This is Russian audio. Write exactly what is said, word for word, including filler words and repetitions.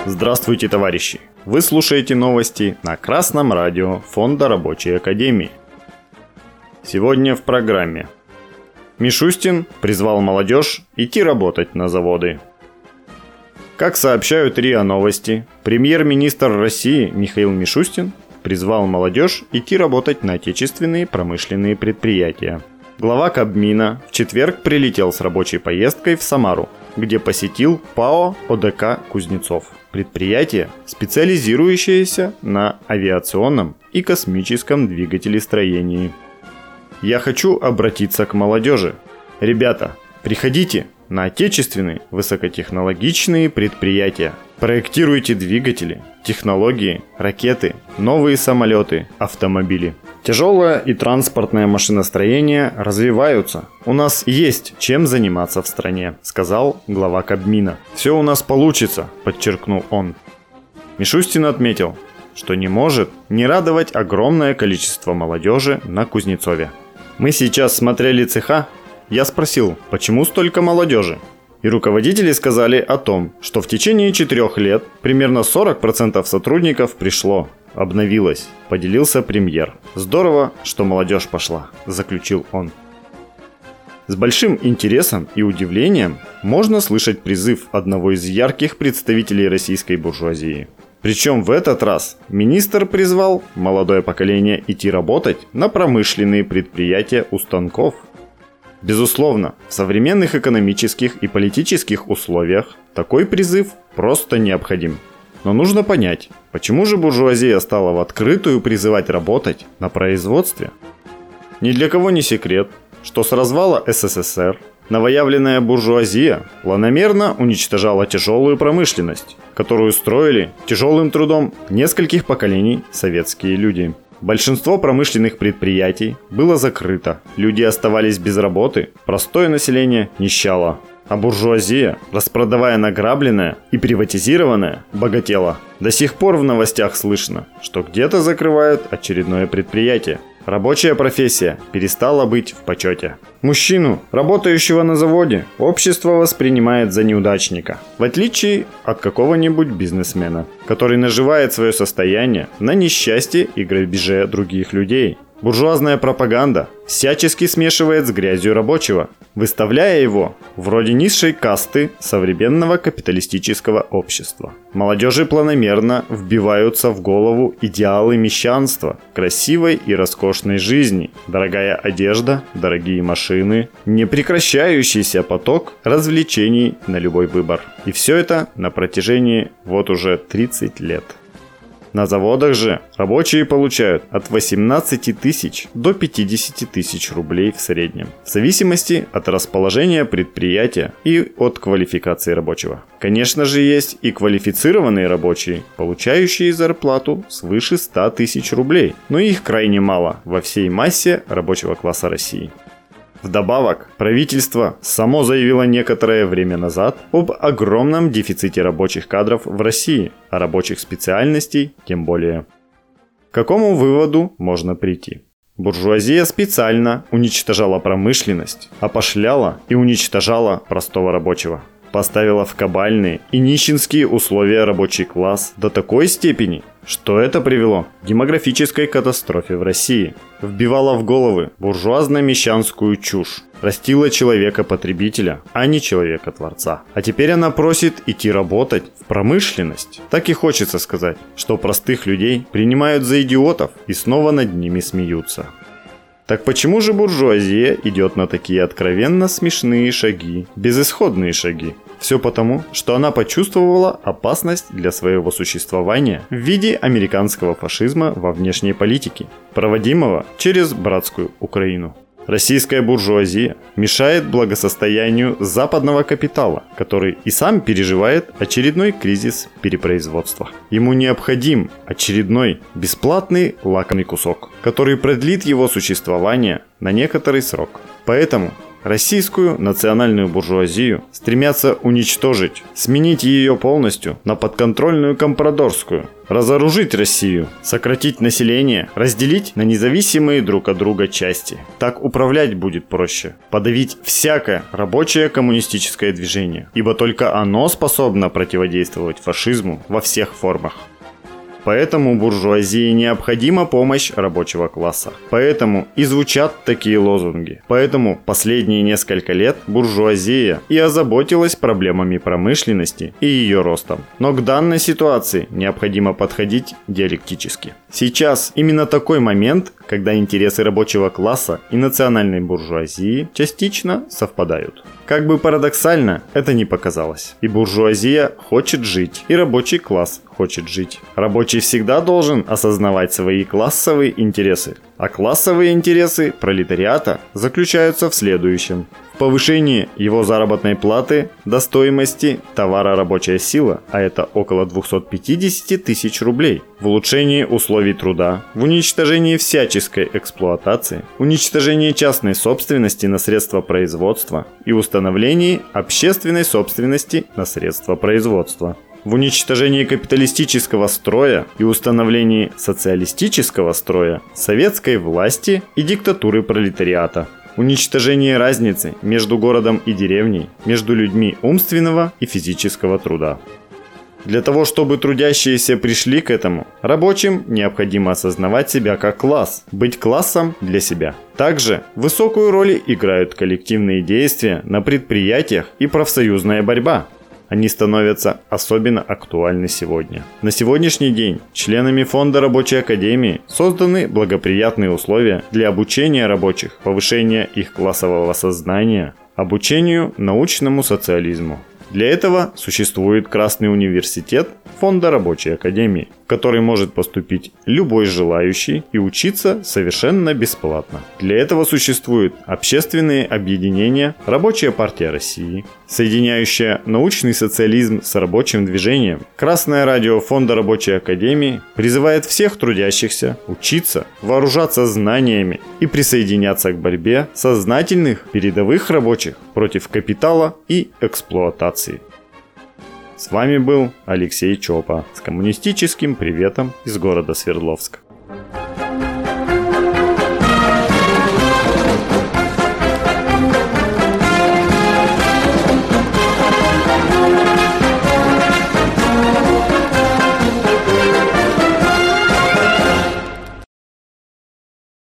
Здравствуйте, товарищи! Вы слушаете новости на Красном радио Фонда Рабочей Академии. Сегодня в программе. Мишустин призвал молодежь идти работать на заводы. Как сообщают РИА Новости, премьер-министр России Михаил Мишустин призвал молодежь идти работать на отечественные промышленные предприятия. Глава Кабмина в четверг прилетел с рабочей поездкой в Самару, где посетил ПАО ОДК «Кузнецов». Предприятие, специализирующееся на авиационном и космическом двигателестроении. Я хочу обратиться к молодежи. Ребята, приходите на отечественные высокотехнологичные предприятия. Проектируйте двигатели, технологии, ракеты, новые самолеты, автомобили. Тяжелое и транспортное машиностроение развиваются. У нас есть чем заниматься в стране, сказал глава Кабмина. Все у нас получится, подчеркнул он. Мишустин отметил, что не может не радовать огромное количество молодежи на Кузнецове. Мы сейчас смотрели цеха. Я спросил, почему столько молодежи? И руководители сказали о том, что в течение четырех лет примерно сорок процентов сотрудников пришло, обновилось, поделился премьер. Здорово, что молодежь пошла, заключил он. С большим интересом и удивлением можно слышать призыв одного из ярких представителей российской буржуазии. Причем в этот раз министр призвал молодое поколение идти работать на промышленные предприятия у станков. Безусловно, в современных экономических и политических условиях такой призыв просто необходим. Но нужно понять, почему же буржуазия стала в открытую призывать работать на производстве? Ни для кого не секрет, что с развала СССР новоявленная буржуазия планомерно уничтожала тяжелую промышленность, которую строили тяжелым трудом нескольких поколений советские люди. Большинство промышленных предприятий было закрыто, люди оставались без работы, простое население нищало. А буржуазия, распродавая награбленное и приватизированное, богатела. До сих пор в новостях слышно, что где-то закрывают очередное предприятие. Рабочая профессия перестала быть в почете. Мужчину, работающего на заводе, общество воспринимает за неудачника, в отличие от какого-нибудь бизнесмена, который наживает свое состояние на несчастье и грабеже других людей. Буржуазная пропаганда всячески смешивает с грязью рабочего, выставляя его вроде низшей касты современного капиталистического общества. Молодежи планомерно вбиваются в голову идеалы мещанства, красивой и роскошной жизни, дорогая одежда, дорогие машины, непрекращающийся поток развлечений на любой выбор. И все это на протяжении вот уже тридцати лет. На заводах же рабочие получают от восемнадцати тысяч до пятидесяти тысяч рублей в среднем, в зависимости от расположения предприятия и от квалификации рабочего. Конечно же, есть и квалифицированные рабочие, получающие зарплату свыше ста тысяч рублей, но их крайне мало во всей массе рабочего класса России. Вдобавок, правительство само заявило некоторое время назад об огромном дефиците рабочих кадров в России, а рабочих специальностей тем более. К какому выводу можно прийти? Буржуазия специально уничтожала промышленность, опошляла и уничтожала простого рабочего. Поставила в кабальные и нищенские условия рабочий класс до такой степени, что это привело к демографической катастрофе в России. Вбивала в головы буржуазно-мещанскую чушь. Растила человека-потребителя, а не человека-творца. А теперь она просит идти работать в промышленность. Так и хочется сказать, что простых людей принимают за идиотов и снова над ними смеются. Так почему же буржуазия идет на такие откровенно смешные шаги, безысходные шаги? Все потому, что она почувствовала опасность для своего существования в виде американского фашизма во внешней политике, проводимого через братскую Украину. Российская буржуазия мешает благосостоянию западного капитала, который и сам переживает очередной кризис перепроизводства. Ему необходим очередной бесплатный лакомый кусок, который продлит его существование на некоторый срок. Поэтому Российскую национальную буржуазию стремятся уничтожить, сменить ее полностью на подконтрольную компрадорскую, разоружить Россию, сократить население, разделить на независимые друг от друга части. Так управлять будет проще, подавить всякое рабочее коммунистическое движение, ибо только оно способно противодействовать фашизму во всех формах. Поэтому буржуазии необходима помощь рабочего класса. Поэтому и звучат такие лозунги. Поэтому последние несколько лет буржуазия и озаботилась проблемами промышленности и ее ростом. Но к данной ситуации необходимо подходить диалектически. Сейчас именно такой момент, когда интересы рабочего класса и национальной буржуазии частично совпадают. Как бы парадоксально это ни показалось. И буржуазия хочет жить, и рабочий класс хочет жить. Рабочий всегда должен осознавать свои классовые интересы. А классовые интересы пролетариата заключаются в следующем. В повышении его заработной платы до стоимости товара рабочая сила, а это около двести пятьдесят тысяч рублей. В улучшении условий труда, в уничтожении всяческой эксплуатации, уничтожении частной собственности на средства производства и установлении общественной собственности на средства производства. В уничтожении капиталистического строя и установлении социалистического строя, советской власти и диктатуры пролетариата. Уничтожение разницы между городом и деревней, между людьми умственного и физического труда. Для того, чтобы трудящиеся пришли к этому, рабочим необходимо осознавать себя как класс, быть классом для себя. Также высокую роль играют коллективные действия на предприятиях и профсоюзная борьба. Они становятся особенно актуальны сегодня. На сегодняшний день членами Фонда Рабочей Академии созданы благоприятные условия для обучения рабочих, повышения их классового сознания, обучению научному социализму. Для этого существует Красный университет Фонда Рабочей Академии, в который может поступить любой желающий и учиться совершенно бесплатно. Для этого существуют общественные объединения «Рабочая партия России», соединяющая научный социализм с рабочим движением. Красное радио Фонда Рабочей Академии призывает всех трудящихся учиться, вооружаться знаниями и присоединяться к борьбе сознательных передовых рабочих против капитала и эксплуатации. С вами был Алексей Чопа с коммунистическим приветом из города Свердловска.